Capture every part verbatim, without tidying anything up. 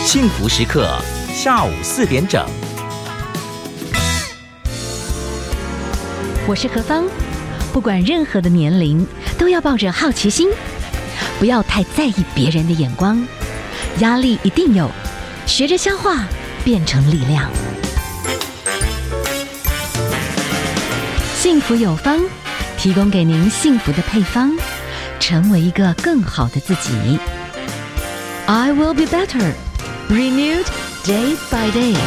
幸福时刻下午四点整， 我是何芳。不管任何的年龄，都要抱着好奇心，不要太在意别人的眼光。压力一定有，学着消化，变成力量。幸福有方，提供给您幸福的配方，成为一个更好的自己。I will be better, renewed day by day。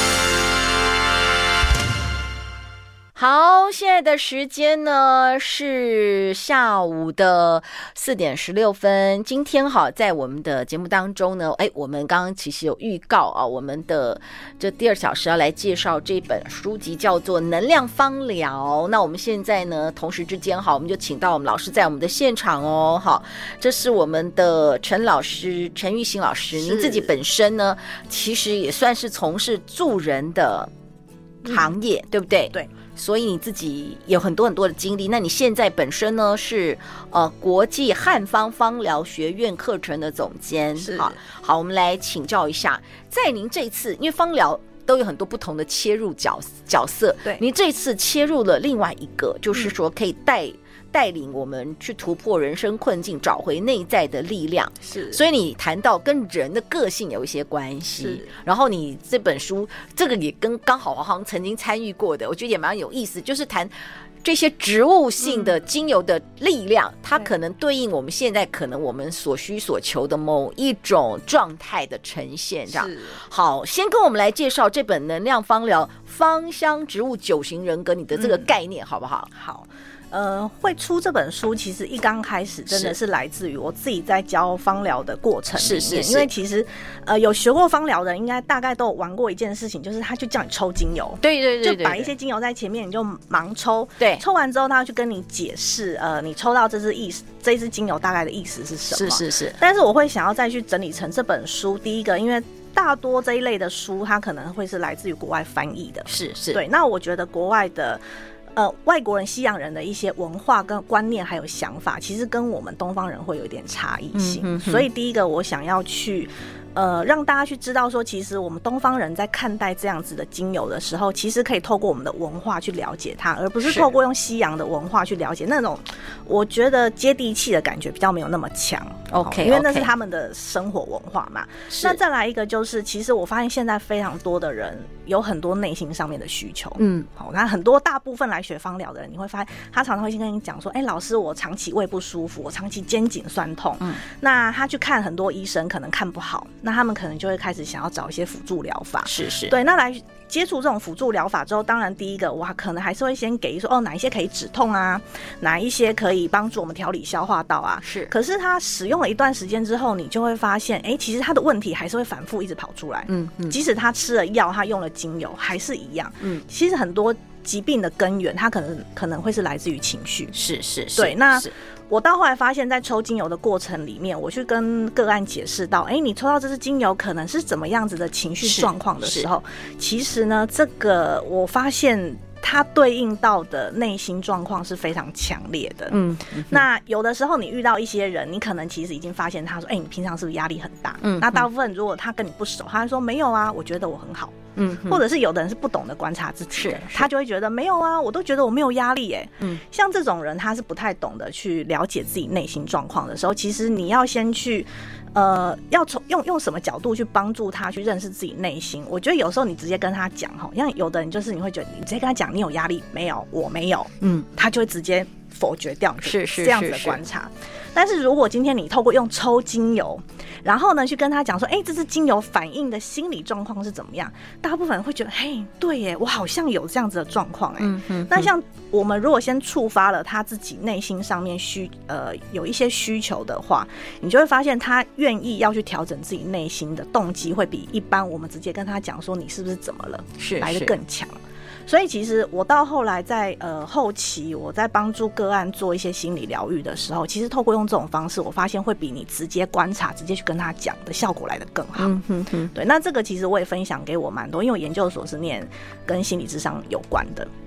好，现在的时间呢是下午的四点十六分。今天好，在我们的节目当中呢，哎，我们刚刚其实有预告啊，我们的这第二小时要来介绍这本书籍，叫做《能量芳疗》。那我们现在呢，同时之间好，我们就请到我们老师在我们的现场哦。好，这是我们的陈老师，陈玉兴老师，您自己本身呢，其实也算是从事助人的行业，嗯、对不对？ 对。 所以你自己有很多很多的经历，那你现在本身呢是呃国际汉方芳疗学院课程的总监。 是。 好，好，我们来请教一下，在您这次，因为芳疗都有很多不同的切入角角色， 对， 您这次切入了另外一个，就是说可以带。嗯带领我们去突破人生困境，找回内在的力量。 是， 所以你谈到跟人的个性有一些关系，然后你这本书这个也跟刚好我好像曾经参与过的，我觉得也蛮有意思，就是谈这些植物性的精油的力量、嗯、它可能对应我们现在可能我们所需所求的某一种状态的呈现，这样。好，先跟我们来介绍这本能量芳疗芳香植物九型人格你的这个概念、嗯、好不好？ 好，呃，会出这本书，其实一刚开始真的是来自于我自己在教芳疗的过程里面。是是是，因为其实呃有学过芳疗的，应该大概都有玩过一件事情，就是他就叫你抽精油， 对对 对, 对, 对, 对， 就摆一些精油在前面，你就盲抽， 对， 抽完之后他要去跟你解释，呃，你抽到这支意思，这支精油大概的意思是什么？ 是是是。但是我会想要再去整理成这本书，第一个，因为大多这一类的书，它可能会是来自于国外翻译的， 是是， 对。那我觉得国外的。呃，外国人、西洋人的一些文化跟观念还有想法，其实跟我们东方人会有一点差异性。嗯、所以第一个，我想要去呃让大家去知道说，其实我们东方人在看待这样子的精油的时候，其实可以透过我们的文化去了解它，而不是透过用西洋的文化去了解那种，我觉得接地气的感觉比较没有那么强。 OK， 因为那是他们的生活文化嘛。那再来一个就是，其实我发现现在非常多的人有很多内心上面的需求。嗯，好，那很多大部分来学芳疗的人，你会发现他常常会先跟你讲说，哎、欸，老师，我长期胃不舒服，我长期肩颈酸痛。嗯，那他去看很多医生，可能看不好，那他们可能就会开始想要找一些辅助疗法。 是是， 对，那来接触这种辅助疗法之后，当然第一个，我可能还是会先给说，哦，哪一些可以止痛啊，哪一些可以帮助我们调理消化道啊。 是， 可是他使用了一段时间之后，你就会发现，哎、欸，其实他的问题还是会反复一直跑出来。嗯嗯，即使他吃了药，他用了精油，还是一样。嗯，其实很多疾病的根源，它可能可能会是来自于情绪。 是是是， 对。那我到后来发现，在抽精油的过程里面，我去跟个案解释到，哎、欸，你抽到这支精油可能是怎么样子的情绪状况的时候，其实呢，这个我发现它对应到的内心状况是非常强烈的。嗯，那有的时候你遇到一些人，你可能其实已经发现他说，哎、欸，你平常是不是压力很大？嗯，那大部分如果他跟你不熟，他会说没有啊，我觉得我很好。嗯，或者是有的人是不懂得观察自己的，他就会觉得没有啊，我都觉得我没有压力耶。嗯，像这种人他是不太懂得去了解自己内心状况的时候，其实你要先去呃，要从用用什么角度去帮助他去认识自己内心。我觉得有时候你直接跟他讲，像有的人就是你会觉得你直接跟他讲你有压力没有，我没有，嗯，他就会直接否决掉是是这样子的观察。但是如果今天你透过用抽精油，然后呢去跟他讲说，哎、欸，这支精油反映的心理状况是怎么样，大部分人会觉得，嘿，对耶，我好像有这样子的状况，哎、嗯嗯，那像我们如果先触发了他自己内心上面需呃有一些需求的话，你就会发现他愿意要去调整自己内心的动机，会比一般我们直接跟他讲说你是不是怎么了，是来得更强。所以其实我到后来在呃后期，我在帮助个案做一些心理疗愈的时候，其实透过用这种方式，我发现会比你直接观察、直接去跟他讲的效果来得更好。嗯哼哼，对，那这个其实我也分享给我蛮多，因为我研究所是念跟心理咨商有关的。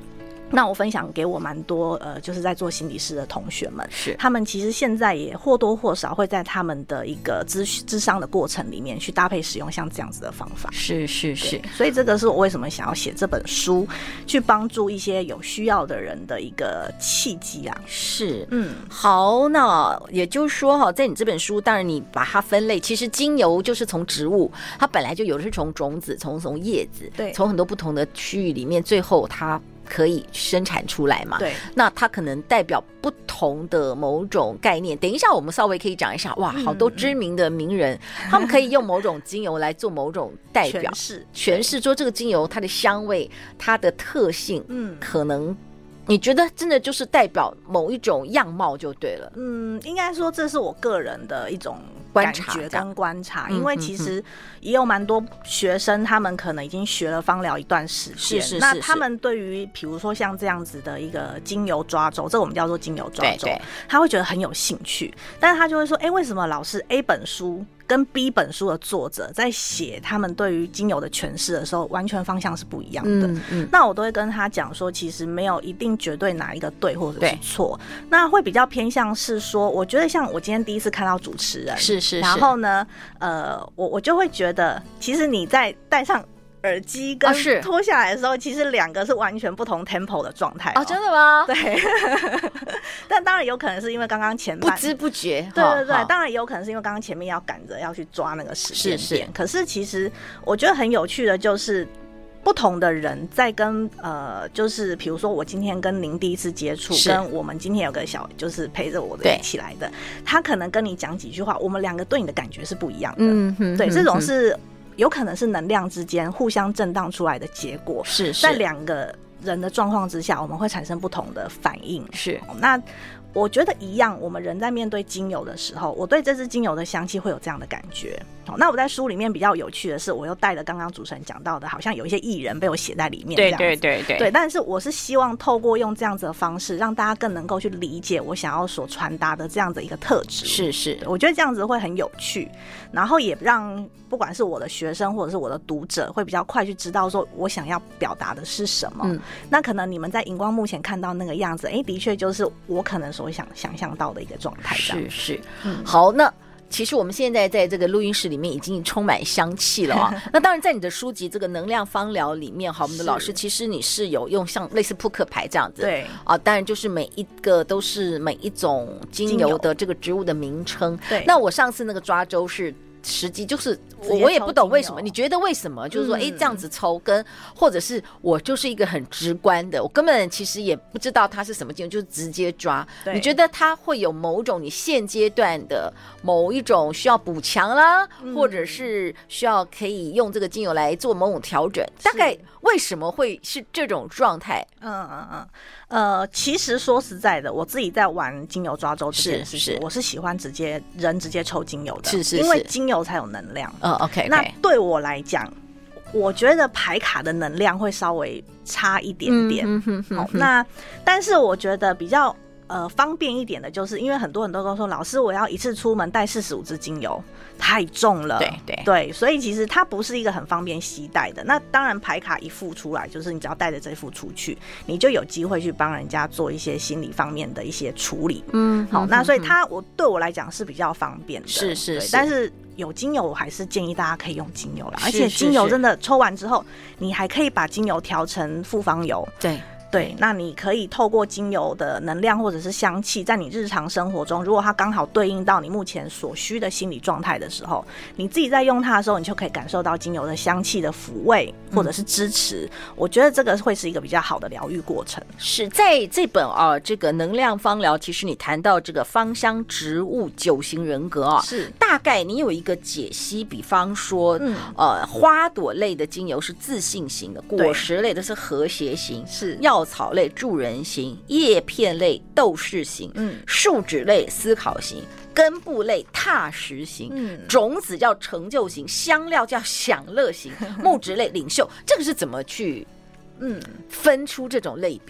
那我分享给我蛮多呃，就是在做心理师的同学们， 是他们其实现在也或多或少会在他们的一个咨咨商的过程里面去搭配使用像这样子的方法。 是是是， 所以这个是我为什么想要写这本书，去帮助一些有需要的人的一个契机啊。 是， 嗯， 好，那也就是说哈，在你这本书，当然你把它分类，其实精油就是从植物，它本来就有的是从种子，从从叶子， 对， 从很多不同的区域里面，最后它可以生产出来嘛？ 对， 那它可能代表不同的某种概念。等一下，我们稍微可以讲一下，哇，好多知名的名人，嗯、他们可以用某种精油来做某种代表诠释， 诠释说这个精油它的香味、它的特性，嗯，可能。你觉得真的就是代表某一种样貌就对了？ 嗯，应该说这是我个人的一种感觉跟观察，因为其实也有蛮多学生，他们可能已经学了芳疗一段时间， 是是是， 那他们对于比如说像这样子的一个精油抓周，这我们叫做精油抓周，他会觉得很有兴趣，但是他就会说，哎、欸，为什么老师 A 本书跟 B 本书的作者在写他们对于精油的诠释的时候，完全方向是不一样的。嗯嗯，那我都会跟他讲说，其实没有一定绝对哪一个对或者是错，那会比较偏向是说，我觉得像我今天第一次看到主持人， 是是是， 然后呢，呃，我我就会觉得，其实你在戴上耳机跟脱下来的时候，哦、其实两个是完全不同 tempo 的状态、喔。 哦，真的吗？ 对。但当然有可能是因为刚刚前半不知不觉， 对对对，当然也有可能是因为刚刚前面要赶着要去抓那个时间点。是是。可是其实我觉得很有趣的就是。不同的人在跟呃，就是比如说我今天跟您第一次接触，跟我们今天有个小就是陪着我的一起来的，他可能跟你讲几句话，我们两个对你的感觉是不一样的。嗯哼，对，这种是有可能是能量之间互相震荡出来的结果。是，在两个人的状况之下，我们会产生不同的反应。是，那我觉得一样，我们人在面对精油的时候，我对这支精油的香气会有这样的感觉。好，那我在书里面比较有趣的是，我又带了刚刚主持人讲到的，好像有一些艺人被我写在里面，对对对对对。但是我是希望透过用这样子的方式，让大家更能够去理解我想要所传达的这样的一个特质。是是，我觉得这样子会很有趣，然后也让不管是我的学生或者是我的读者，会比较快去知道说我想要表达的是什么。嗯，那可能你们在荧光幕前看到那个样子，哎，的确就是我可能所想想象到的一个状态。是是，嗯，好，那。其实我们现在在这个录音室里面已经充满香气了啊！那当然，在你的书籍《这个能量芳疗》里面，哈，我们的老师其实你是有用像类似扑克牌这样子，对啊，当然就是每一个都是每一种精油的这个植物的名称。对，那我上次那个抓周是。实际就是我我也不懂为什么，你觉得为什么？就是说，哎、嗯，这样子抽跟，或者是我就是一个很直观的，我根本其实也不知道它是什么精油，就是直接抓。你觉得它会有某种你现阶段的某一种需要补强啦，嗯、或者是需要可以用这个精油来做某种调整？大概为什么会是这种状态？嗯嗯嗯。呃，其实说实在的，我自己在玩精油抓周这件事情，我是喜欢直接人直接抽精油的，是是是，因为精油才有能量。嗯 ，OK， 那对我来讲，我觉得牌卡的能量会稍微差一点点。嗯哼哼哼，好，那但是我觉得比较呃方便一点的，就是因为很多人都跟我说，老师，我要一次出门带四十五支精油，太重了。对对对，所以其实它不是一个很方便携带的。那当然，牌卡一副出来，就是你只要带着这副出去，你就有机会去帮人家做一些心理方面的一些处理。嗯，好，那所以它我对我来讲是比较方便的。是是是，但是有精油，我还是建议大家可以用精油啦。而且精油真的抽完之后，你还可以把精油调成复方油。对。对，那你可以透过精油的能量或者是香气，在你日常生活中，如果它刚好对应到你目前所需的心理状态的时候，你自己在用它的时候，你就可以感受到精油的香气的抚慰或者是支持。嗯、我觉得这个会是一个比较好的疗愈过程。是在这本啊，这个能量芳疗，其实你谈到这个芳香植物九型人格啊，是大概你有一个解析，比方说，嗯、呃，花朵类的精油是自信型的，果实类的是和谐型，是药草类助人型，叶片类斗士型，嗯，树脂类思考型，根部类踏实型，嗯，种子叫成就型，香料叫享乐型，木质类领袖。这个是怎么去嗯分出这种类别？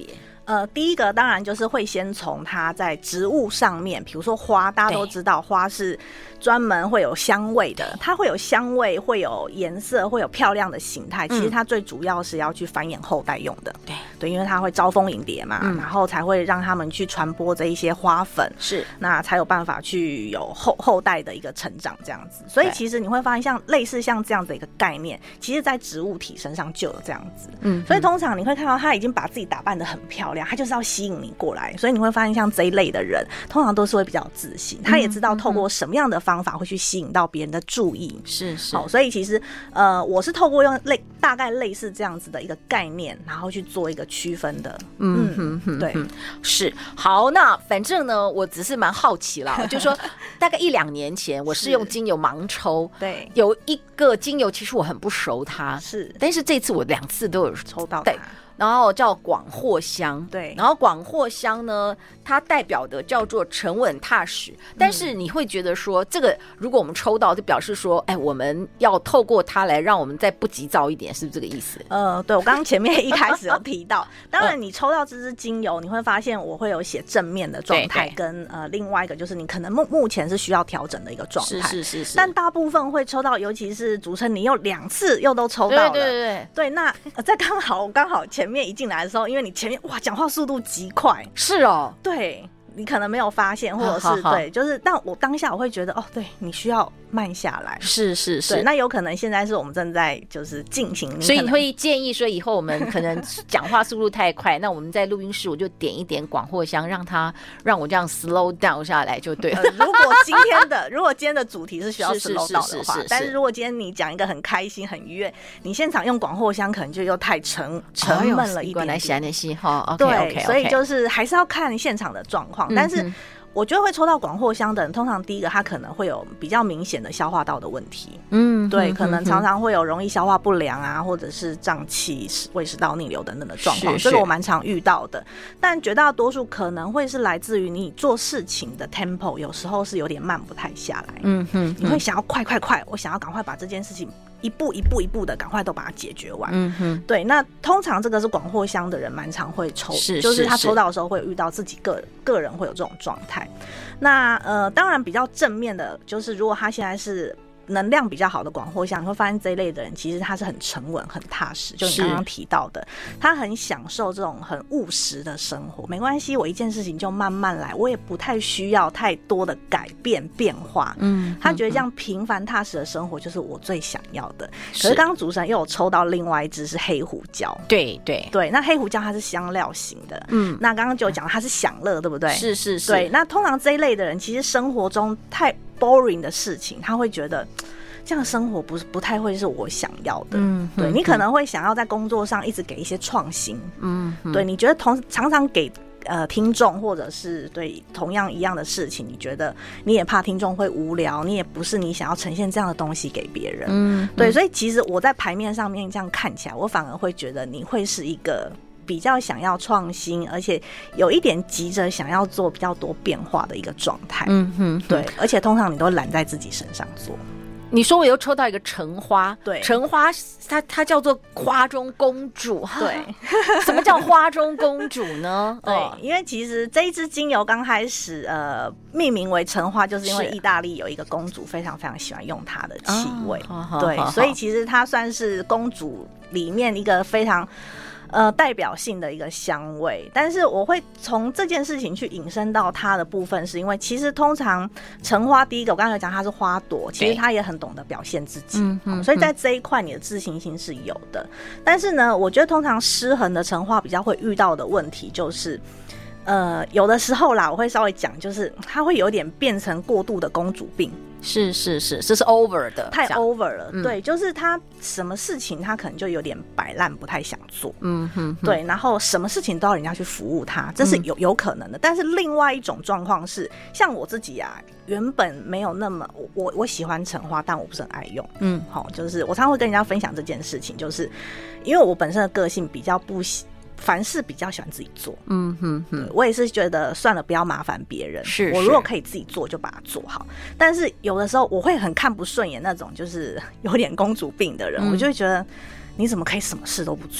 呃，第一个当然就是会先从它在植物上面，比如说花，大家都知道花是专门会有香味的，它会有香味，会有颜色，会有漂亮的形态。其实它最主要是要去繁衍后代用的。对对，因为它会招蜂引蝶嘛，嗯、然后才会让他们去传播这一些花粉，是那才有办法去有后后代的一个成长这样子。所以其实你会发现，像类似像这样的一个概念，其实在植物体身上就有这样子。嗯，所以通常你会看到他已经把自己打扮得很漂亮，他就是要吸引你过来。所以你会发现，像这一类的人，通常都是会比较自信，他也知道透过什么样的方法会去吸引到别人的注意。是是，好，所以其实呃，我是透过用类大概类似这样子的一个概念，然后去做一个区分的。嗯嗯嗯，对，是好。那反正呢，我只是蛮好奇啦，就说大概一两年前，我是用精油盲抽，对，有一个精油，其实我很不熟它，是，但是这次我两次都有抽到它。 然后叫广藿香，对，然后广藿香呢，它代表的叫做沉稳踏实，但是你会觉得说，这个如果我们抽到，就表示说，哎，我们要透过它来让我们再不急躁一点，是不是这个意思？ 呃，对，我刚刚前面一开始有提到，当然你抽到这支精油，你会发现我会有写正面的状态，跟呃另外一个就是你可能目目前是需要调整的一个状态，是是是是，但大部分会抽到，尤其是主持人你又两次又都抽到了，对对对对，那呃在刚好刚好前。前面一进来的时候，因为你前面哇讲话速度极快， 是哦， 对你可能没有发现，或者是好好好对，就是但我当下我会觉得哦，对你需要慢下来， 是是是， 那有可能现在是我们正在就是进行， 所以你会建议说以后我们可能讲话速度太快，那我们在录音室我就点一点广藿香，让它让我这样 slow down 下来就对了。呃、 如果今天的如果今天的主题是需要 slow down 的话，是是是是是，但是如果今天你讲一个很开心很愉悦，你现场用广藿香可能就又太沉沉闷了一点点。 哦、 对 okay, okay, okay. 所以就是还是要看现场的状况，但是。我觉得会抽到广藿香的人，通常第一个他可能会有比较明显的消化道的问题，嗯，对，可能常常会有容易消化不良啊，或者是胀气、胃食道逆流等等的状况，这个我蛮常遇到的。但绝大多数可能会是来自于你做事情的 tempo 有时候是有点慢不太下来，嗯哼，你会想要快快快，我想要赶快把这件事情一步一步一步的赶快都把它解决完，嗯哼，对。那通常这个是广藿香的人蛮常会抽，是就是他抽到的时候会遇到自己个个人会有这种状态。那呃，当然比较正面的就是，如果他现在是能量比较好的广藿香，你会发现这一类的人其实他是很沉稳、很踏实，就你刚刚提到的，他很享受这种很务实的生活。没关系，我一件事情就慢慢来，我也不太需要太多的改变变化。嗯，他觉得这样平凡踏实的生活就是我最想要的。可是刚刚主持人又有抽到另外一支是黑胡椒， 对对对，那黑胡椒它是香料型的，嗯，那刚刚就讲它是享乐，对不对？ 是是是， 对。那通常这一类的人，其实生活中太boring 的事情，他会觉得这样的生活不是不太会是我想要的。嗯，对，你可能会想要在工作上一直给一些创新。嗯，对，你觉得同常常给呃听众或者是对同样一样的事情，你觉得你也怕听众会无聊，你也不是你想要呈现这样的东西给别人。嗯，对，所以其实我在牌面上面这样看起来，我反而会觉得你会是一个比较想要创新，而且有一点急着想要做比较多变化的一个状态。嗯哼，对，而且通常你都揽在自己身上做。 你说我又抽到一个橙花，对，橙花它它叫做花中公主，对，什么叫花中公主呢？ 对，哦、因为其实这一支精油刚开始呃命名为橙花，就是因为意大利有一个公主非常非常喜欢用它的气味，哦、对，所以其实它算是公主里面一个非常。呃，代表性的一个香味，但是我会从这件事情去引申到它的部分，是因为其实通常橙花，第一个我刚才讲它是花朵，其实它也很懂得表现自己，嗯嗯、所以在这一块你的自信心是有的。但是呢，我觉得通常失衡的橙花比较会遇到的问题就是。呃，有的时候啦，我会稍微讲，就是它会有点变成过度的公主病。 是是是，这是 over 的， 太 over 了。嗯、对，就是他什么事情他可能就有点摆烂，不太想做。嗯哼, 哼，对，然后什么事情都要人家去服务他，这是有有可能的。但是另外一种状况是，像我自己啊，原本没有那么我我喜欢橙花，但我不是很爱用。嗯，好，就是我常常会跟人家分享这件事情，就是因为我本身的个性比较不喜。凡事比较喜欢自己做，嗯哼哼，我也是觉得算了，不要麻烦别人。是，我如果可以自己做，就把它做好。但是有的时候我会很看不顺眼那种，就是有点公主病的人，嗯、我就会觉得你怎么可以什么事都不做？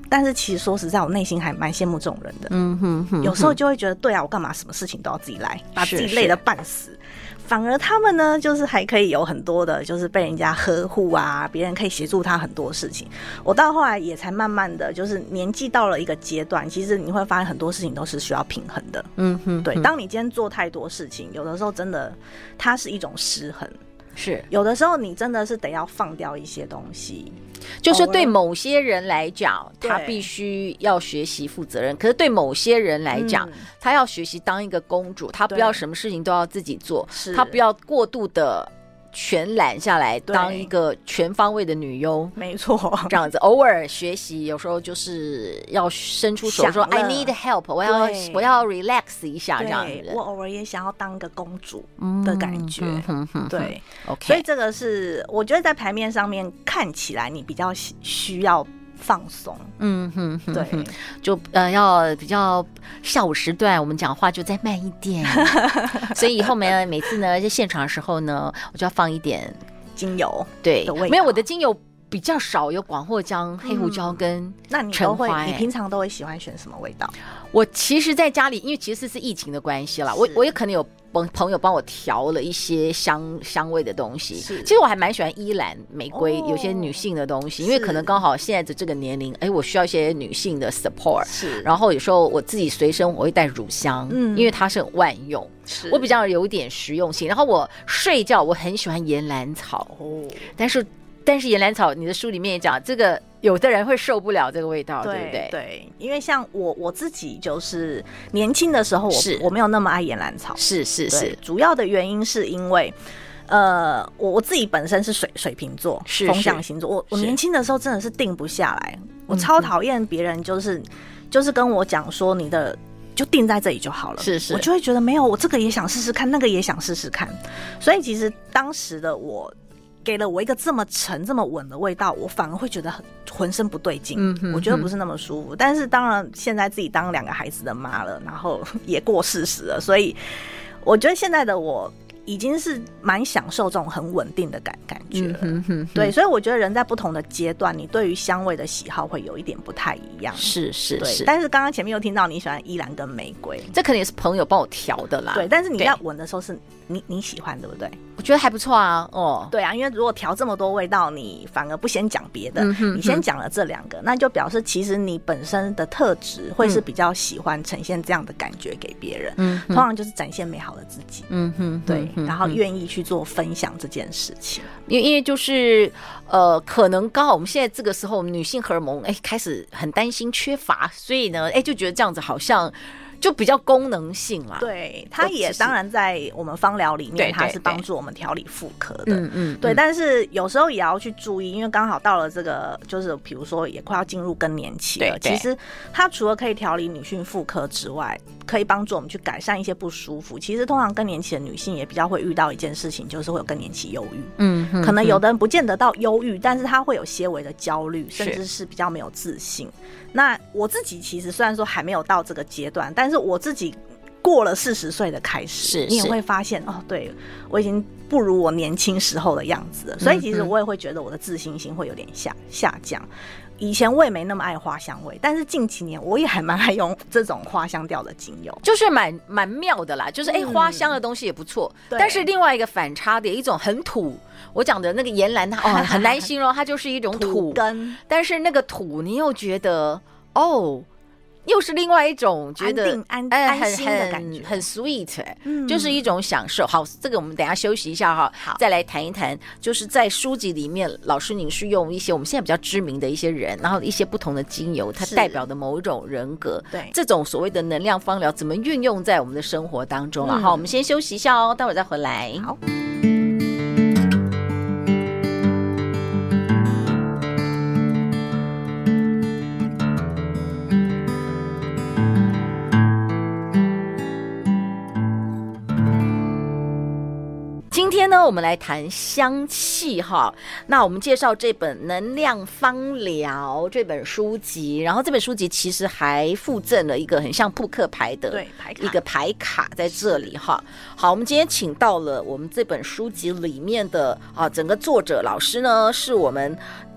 但是其实说实在，我内心还蛮羡慕这种人的。 嗯哼哼， 有时候就会觉得，对啊，我干嘛什么事情都要自己来，把自己是累得半死。反而他们呢，就是还可以有很多的，就是被人家呵护啊，别人可以协助他很多事情。我到后来也才慢慢的，就是年纪到了一个阶段，其实你会发现很多事情都是需要平衡的。 嗯哼， 对，当你今天做太多事情，有的时候真的它是一种失衡。 是有的时候你真的是得要放掉一些东西。 就是说对某些人来讲， 对他必须要学习负责任，可是对某些人来讲， 嗯他要学习当一个公主，他不要什么事情都要自己做， 是他不要过度的全揽下来， 对当一个全方位的女优。 没错， 这样子偶尔学习，有时候就是要伸出手说 I need help， 我要我要 relax 一下，这样子。 我偶尔也想要当个公主的感觉。 嗯嗯嗯、 对 ，OK。 所以这个是我觉得在牌面上面看起来你比较需要放松。 嗯哼哼， 对， 就呃要比较下午时段，我们讲话就再慢一点。所以以后呢，每次呢在现场的时候呢，我就要放一点精油， 对的味道。 没有，我的精油比较少，有广藿姜、黑胡椒跟嗯那你都会， 橙花。 你平常都会喜欢选什么味道？ 我其实在家里，因为其实是疫情的关系啦，我我也可能有朋友帮我调了一些香香味的东西。其实我还蛮喜欢依兰玫瑰、哦、有些女性的东西，因为可能刚好现在的这个年龄，哎，我需要一些女性的 support。是，然后有时候我自己随身我会带乳香，嗯，因为它是很万用，是我比较有一点实用性。然后我睡觉我很喜欢岩兰草，哦，但是但是岩兰草，你的书里面也讲这个。有的人会受不了这个味道， 对, 对不对？ 对，因为像我我自己就是年轻的时候我，我我没有那么爱岩兰草， 是是是， 主要的原因是因为，呃，我我自己本身是水水瓶座，是风象星座，我我年轻的时候真的是定不下来，我超讨厌别人就是、嗯、就是跟我讲说你的就定在这里就好了， 是是， 我就会觉得没有，我这个也想试试看，那个也想试试看，所以其实当时的我。给了我一个这么沉这么稳的味道，我反而会觉得很浑身不对劲、嗯、哼哼我觉得不是那么舒服。但是当然现在自己当两个孩子的妈了，然后也过四十了，所以我觉得现在的我已经是蛮享受这种很稳定的感感觉了、嗯、哼哼哼对，所以我觉得人在不同的阶段你对于香味的喜好会有一点不太一样， 是是是。 但是刚刚前面又听到你喜欢依兰跟玫瑰， 这肯定是朋友帮我调的啦， 对，但是你在闻的时候是你你喜欢对不对？ 我觉得还不错啊，哦， 对啊，因为如果调这么多味道，你反而不先讲别的、嗯哼哼，你先讲了这两个，那就表示其实你本身的特质会是比较喜欢呈现这样的感觉给别人，嗯，通常就是展现美好的自己，嗯哼，对，然后愿意去做分享这件事情， 因为因为就是呃，可能刚好我们现在这个时候女性荷尔蒙哎开始很担心缺乏，所以呢，哎就觉得这样子好像。就比较功能性啦， 对，它也当然在我们芳疗里面，它是帮助我们调理妇科的，嗯嗯，对。但是有时候也要去注意，因为刚好到了这个，就是比如说也快要进入更年期了，其实它除了可以调理女性妇科之外，可以帮助我们去改善一些不舒服。其实通常更年期的女性也比较会遇到一件事情，就是会有更年期忧郁，嗯，可能有的人不见得到忧郁，但是他会有些微的焦虑，甚至是比较没有自信。那我自己其实虽然说还没有到这个阶段，但是我自己过了四十岁的开始，你也会发现哦，对我已经不如我年轻时候的样子了，所以其实我也会觉得我的自信心会有点下下降。以前我也没那么爱花香味，但是近几年我也还蛮爱用这种花香调的精油， 就是蛮蛮妙的啦。就是哎、嗯，花香的东西也不错，但是另外一个反差的一种很土。我讲的那个岩兰，它哦很难形容，它就是一种土, 土根，但是那个土你又觉得哦。又是另外一种觉得安定、安、安心的感觉， 很 sweet，、嗯、就是一种享受。好，这个我们等一下休息一下哈，再来谈一谈。就是在书籍里面，老师您是用一些我们现在比较知名的一些人，然后一些不同的精油，它代表的某一种人格。对，这种所谓的能量芳疗怎么运用在我们的生活当中了？好、嗯，我们先休息一下哦，待会儿再回来。 好。 今天呢，我们来谈香气哈。那我们介绍这本《能量芳疗》这本书籍，然后这本书籍其实还附赠了一个很像扑克牌的对牌卡一个牌卡在这里哈。好，我们今天请到了我们这本书籍里面的啊，整个作者老师呢，是我们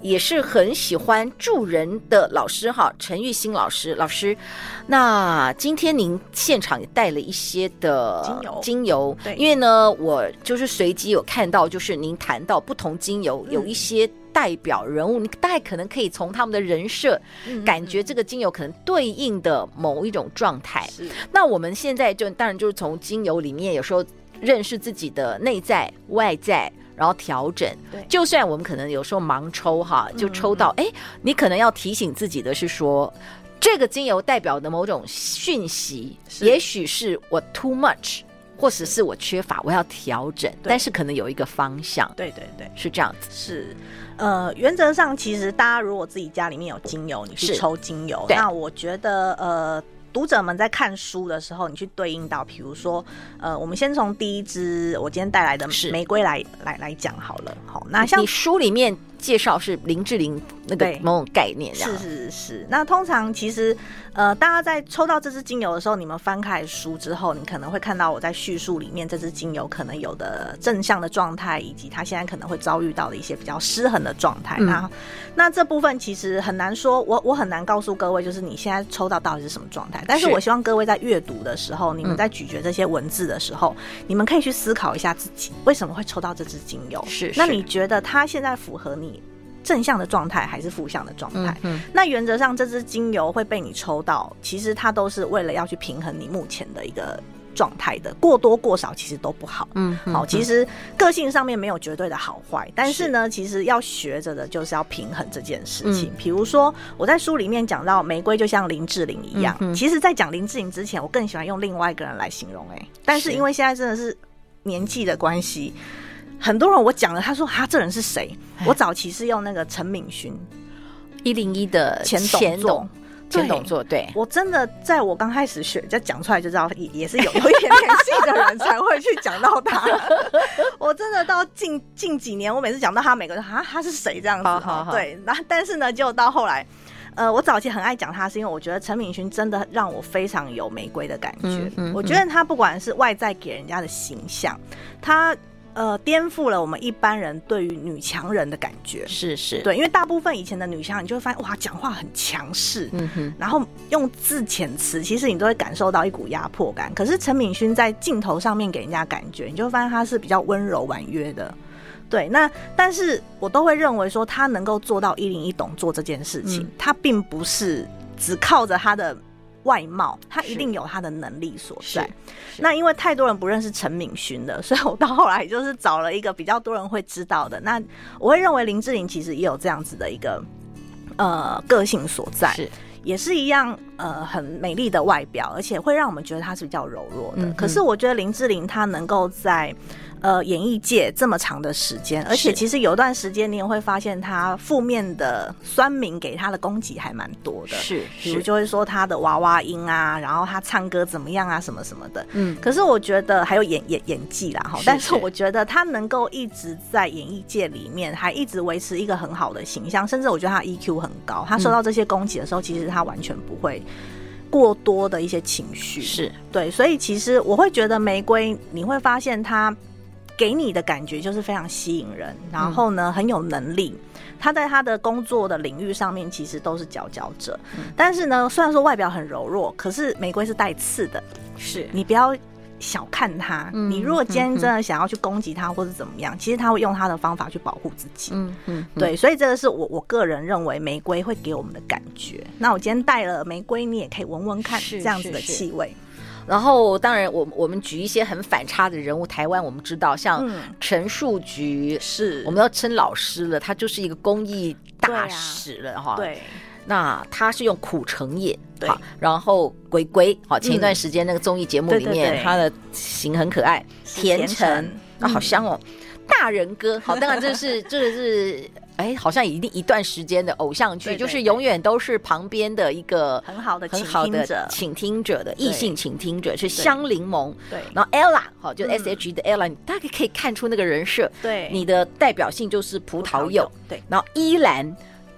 也是很喜欢助人的老师哈，陈玉兴老师。老师，那今天您现场也带了一些的精油， 精油， 对， 因为呢，我就是随机有看到，就是您谈到不同精油、嗯、有一些代表人物，你大概可能可以从他们的人设、嗯、感觉这个精油可能对应的某一种状态。是，那我们现在就当然就是从精油里面有时候认识自己的内在、外在。然后调整，就算我们可能有时候盲抽哈，就抽到哎、嗯，你可能要提醒自己的是说，这个精油代表的某种讯息，也许是我 too much， 或者是我缺乏，我要调整，但是可能有一个方向。 对对对， 是这样子。 是，呃，原则上其实大家如果自己家里面有精油，你去抽精油，那我觉得呃。读者们在看书的时候，你去对应到，比如说，呃，我们先从第一支我今天带来的玫瑰来来来讲好了。好，那像你书里面介绍是林志玲那个某种概念， 是是是。那通常其实，呃，大家在抽到这支精油的时候，你们翻开书之后，你可能会看到我在叙述里面这支精油可能有的正向的状态，以及它现在可能会遭遇到的一些比较失衡的状态。嗯、那那这部分其实很难说，我我很难告诉各位，就是你现在抽到到底是什么状态。但是我希望各位在阅读的时候，你们在咀嚼这些文字的时候，嗯、你们可以去思考一下自己为什么会抽到这支精油。 是， 那你觉得它现在符合你正向的状态还是负向的状态？嗯，那原则上这支精油会被你抽到，其实它都是为了要去平衡你目前的一个状态的，过多过少其实都不好。嗯，好，其实个性上面没有绝对的好坏，但是呢，其实要学着的就是要平衡这件事情。嗯、比如说我在书里面讲到玫瑰就像林志玲一样，嗯、其实在讲林志玲之前，我更喜欢用另外一个人来形容。哎、欸，但是因为现在真的是年纪的关系。很多人我讲了，他说他这人是谁？我早期是用那个陈敏勋， 一零一的前董座， 前董座。对， 我真的在我刚开始学，就讲出来就知道，也也是有有一点年纪的人才会去讲到他。我真的到近近几年，我每次讲到他，每个人啊他是谁这样子。好好好对，那但是呢，就到后来。呃，我早期很爱讲他，是因为我觉得陈敏勋真的让我非常有玫瑰的感觉。嗯嗯、我觉得他不管是外在给人家的形象，他呃颠覆了我们一般人对于女强人的感觉。 是是， 对，因为大部分以前的女强人，你就会发现哇，讲话很强势，嗯哼，然后用字遣词，其实你都会感受到一股压迫感。可是陈敏勋在镜头上面给人家感觉，你就会发现他是比较温柔婉约的。对，那但是我都会认为说他能够做到一零一懂做这件事情，嗯、他并不是只靠着他的外貌，他一定有他的能力所在。那因为太多人不认识陈敏勋了，所以我到后来就是找了一个比较多人会知道的。那我会认为林志玲其实也有这样子的一个呃个性所在，是也是一样呃很美丽的外表，而且会让我们觉得她是比较柔弱的。嗯、可是我觉得林志玲她能够在呃，演艺界这么长的时间，而且其实有段时间你也会发现他负面的酸民给他的攻击还蛮多的， 是， 比如就会说他的娃娃音啊，然后他唱歌怎么样啊，什么什么的。嗯，可是我觉得还有演演演技啦，哈，但是我觉得他能够一直在演艺界里面，还一直维持一个很好的形象，甚至我觉得他 E Q 很高，他受到这些攻击的时候，嗯、其实他完全不会过多的一些情绪， 是对，所以其实我会觉得玫瑰，你会发现他给你的感觉就是非常吸引人，然后呢、嗯、很有能力，他在他的工作的领域上面其实都是佼佼者、嗯、但是呢虽然说外表很柔弱，可是玫瑰是带刺的，是你不要小看他、嗯、你如果今天真的想要去攻击他或者怎么样、嗯、其实他会用他的方法去保护自己。嗯嗯，对，所以这个是我我个人认为玫瑰会给我们的感觉。那我今天带了玫瑰，你也可以闻闻看这样子的气味。 然后当然我我们举一些很反差的人物，台湾我们知道像陈树菊、嗯、是我们要称老师了，他就是一个公益大使了哈。对、啊，那他是用苦橙叶，对，然后鬼鬼好，前一段时间那个综艺节目里面、嗯、他的型很可爱，甜橙啊，好香哦、嗯，大人哥好，当然这是这是哎，好像一定一段时间的偶像剧，对对对，就是永远都是旁边的一个很好的很好的倾听者的异性倾听者，是香柠檬。对，然后 Ella 好，就 S H E 的 Ella，、嗯、大家可以看出那个人设，对，你的代表性就是葡萄柚。对，然后依兰。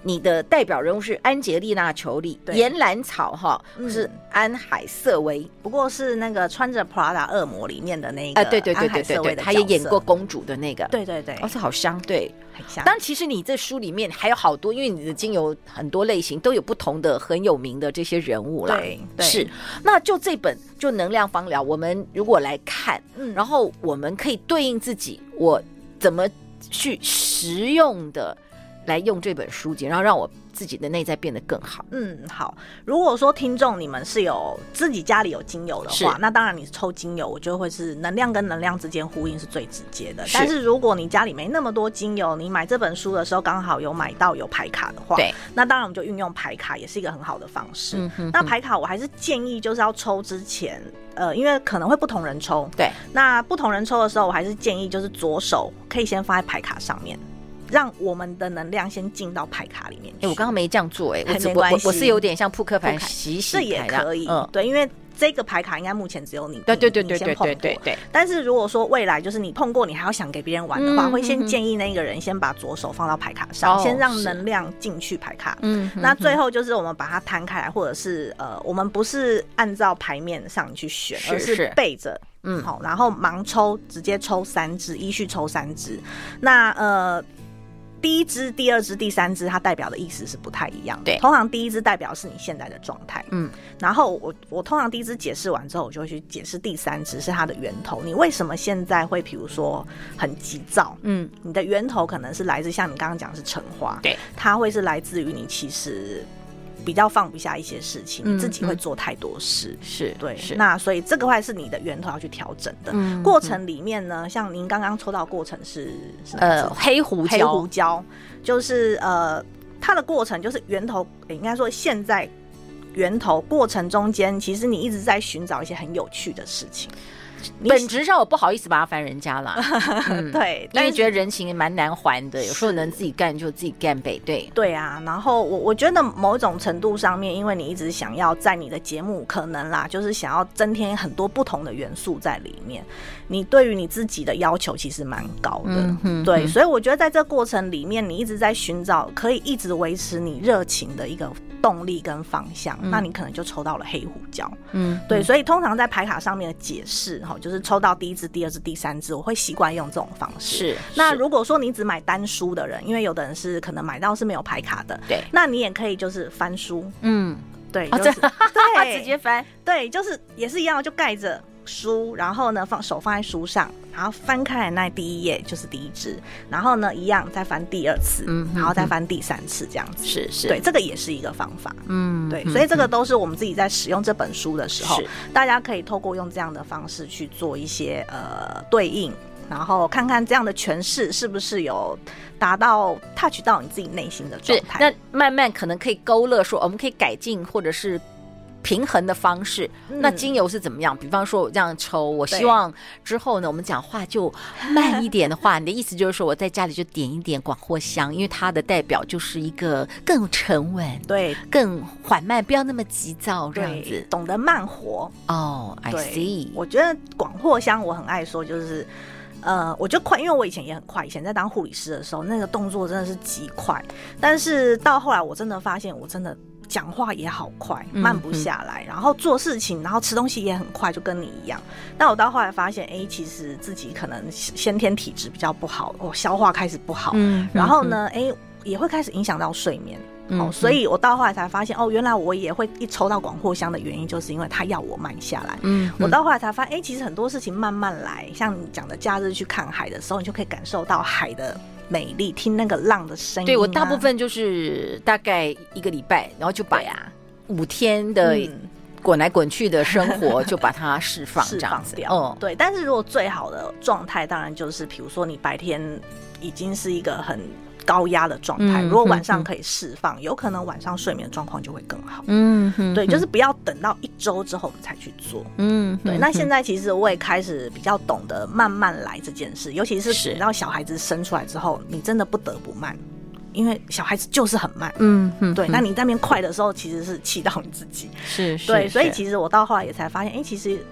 你的代表人物是安杰丽娜·裘丽，岩兰草哈、嗯、是安海瑟薇， 不过是那个穿着 Prada 恶魔里面的那个、呃、 对对对对对对，他也演过公主的那个， 对对对， 哦，是好相对。 很像。 但其实你这书里面还有好多，因为你的精油很多类型都有不同的很有名的这些人物啦。 对，对是。那就这本就能量芳疗，我们如果来看，嗯，然后我们可以对应自己，我怎么去实用的来用这本书籍，然后让我自己的内在变得更好。 嗯，好。如果说听众你们是有自己家里有精油的话，那当然你抽精油，我觉得会是能量跟能量之间呼应是最直接的。是。但是如果你家里没那么多精油，你买这本书的时候刚好有买到有牌卡的话，对，那当然我们就运用牌卡也是一个很好的方式。嗯哼哼。那牌卡我还是建议就是要抽之前，呃，因为可能会不同人抽，对，那不同人抽的时候，我还是建议就是左手可以先放在牌卡上面。让我们的能量先进到牌卡里面去。 欸、我刚刚没这样做、欸，哎，我我我是有点像扑克牌洗洗牌， 这也可以，嗯，对，因为这个牌卡应该目前只有你， 对对对对对对对对。 但是如果说未来就是你碰过，你还要想给别人玩的话，嗯、会先建议那个人先把左手放到牌卡上，哦、先让能量进去牌卡。嗯，那最后就是我们把它摊开来，或者是呃，我们不是按照牌面上去选，而是背着。嗯，好，然后盲抽，直接抽三支，依序抽三支。那呃。第一支、第二支、第三支，它代表的意思是不太一样的。对，通常第一支代表是你现在的状态，嗯，然后我我通常第一支解释完之后，我就会去解释第三支是它的源头。你为什么现在会，比如说很急躁？嗯，你的源头可能是来自像你刚刚讲的是橙花，对，它会是来自于你其实比较放不下一些事情，嗯、你自己会做太多事，是对，是那所以这个会是你的源头要去调整的。嗯、过程里面呢，像您刚刚抽到的过程是是呃黑胡椒， 黑胡椒就是呃它的过程就是源头，应该说现在源头过程中间，其实你一直在寻找一些很有趣的事情。 本质上我不好意思麻烦人家啦， 嗯、对， 因为觉得人情也蛮难还的，有时候能自己干就自己干呗，对， 对啊。然后我我觉得某种程度上面，因为你一直想要在你的节目可能啦，就是想要增添很多不同的元素在里面，你对于你自己的要求其实蛮高的，嗯、哼对，所以我觉得在这过程里面，你一直在寻找可以一直维持你热情的一个动力跟方向，嗯、那你可能就抽到了黑胡椒，嗯，对，所以通常在牌卡上面的解释就是抽到第一支、第二支、第三支，我会习惯用这种方式。是，那如果说你只买单书的人，因为有的人是可能买到是没有牌卡的，对，那你也可以就是翻书，嗯，对，就是、哦、 对，直接翻， 对，就是也是一样，就盖着书，然后呢放手放在书上，然后翻开来那第一页就是第一支，然后呢一样再翻第二次，嗯，然后再翻第三次，这样子，是是，对，这个也是一个方法，嗯，对，所以这个都是我们自己在使用这本书的时候，大家可以透过用这样的方式去做一些呃对应，然后看看这样的诠释是不是有达到 touch 到你自己内心的状态， 那慢慢可能可以勾勒说我们可以改进或者是平衡的方式。嗯、那精油是怎么样？比方说我这样抽，我希望之后呢我们讲话就慢一点的话，你的意思就是说我在家里就点一点广藿香，因为它的代表就是一个更沉稳，对，更缓慢，不要那么急躁，这样子， 懂得慢活。 哦、oh, I see。 我觉得广藿香我很爱说，就是呃，我觉得快，因为我以前也很快，以前在当护理师的时候，那个动作真的是极快，但是到后来我真的发现，我真的讲话也好快，慢不下来，嗯、然后做事情，然后吃东西也很快，就跟你一样。但我到后来发现，哎，其实自己可能先天体质比较不好，我、哦、消化开始不好，嗯、然后呢，哎，也会开始影响到睡眠。哦，所以我到后来才发现，哦，原来我也会一抽到广藿香的原因，就是因为它要我慢下来。嗯，我到后来才发现，哎，其实很多事情慢慢来，像你讲的假日去看海的时候，你就可以感受到海的美丽，听那个浪的声音、啊。对， 我大部分就是大概一个礼拜，然后就把呀五天的滚来滚去的生活就把它释放这样子。 掉、嗯。对，但是如果最好的状态，当然就是比如说你白天已经是一个很高压的状态，如果晚上可以释放、嗯、有可能晚上睡眠状况就会更好。嗯，对，就是不要等到一周之后我们才去做。嗯，对。那现在其实我也开始比较懂得慢慢来这件事，尤其是你知道小孩子生出来之后，你真的不得不慢，因为小孩子就是很慢。嗯嗯，对。那你在那边快的时候，其实是气到你自己。是，是对。所以其实我到后来也才发现，哎、欸，其实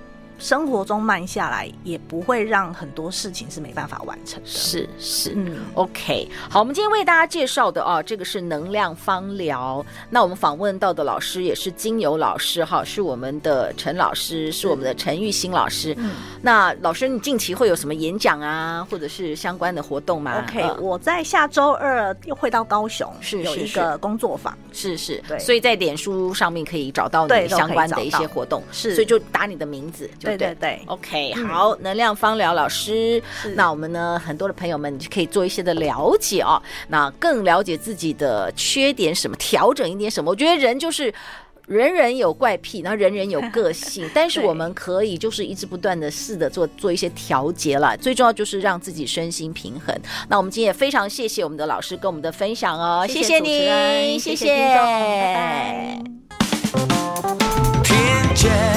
生活中慢下来，也不会让很多事情是没办法完成的。 是是， 嗯 OK， 好，我们今天为大家介绍的啊，这个是能量芳疗。那我们访问到的老师也是精油老师哈，是我们的陈老师，是我们的陈玉新老师。嗯，那老师，你近期会有什么演讲啊，或者是相关的活动吗 ？OK，、 呃、 我在下周二又会到高雄， 是有一个工作坊， 是是， 对， 所以在脸书上面可以找到你相关的一些活动， 是， 所以就打你的名字，对对对对 ，OK， 好，能量芳疗老师，那我们呢，很多的朋友们可以做一些的了解啊，那更了解自己的缺点什么，调整一点什么。我觉得人就是人人有怪癖，然后人人有个性，但是我们可以就是一直不断的试着做做一些调节啦。最重要就是让自己身心平衡。那我们今天也非常谢谢我们的老师跟我们的分享哦， 谢谢你， 谢谢谢听众，拜拜。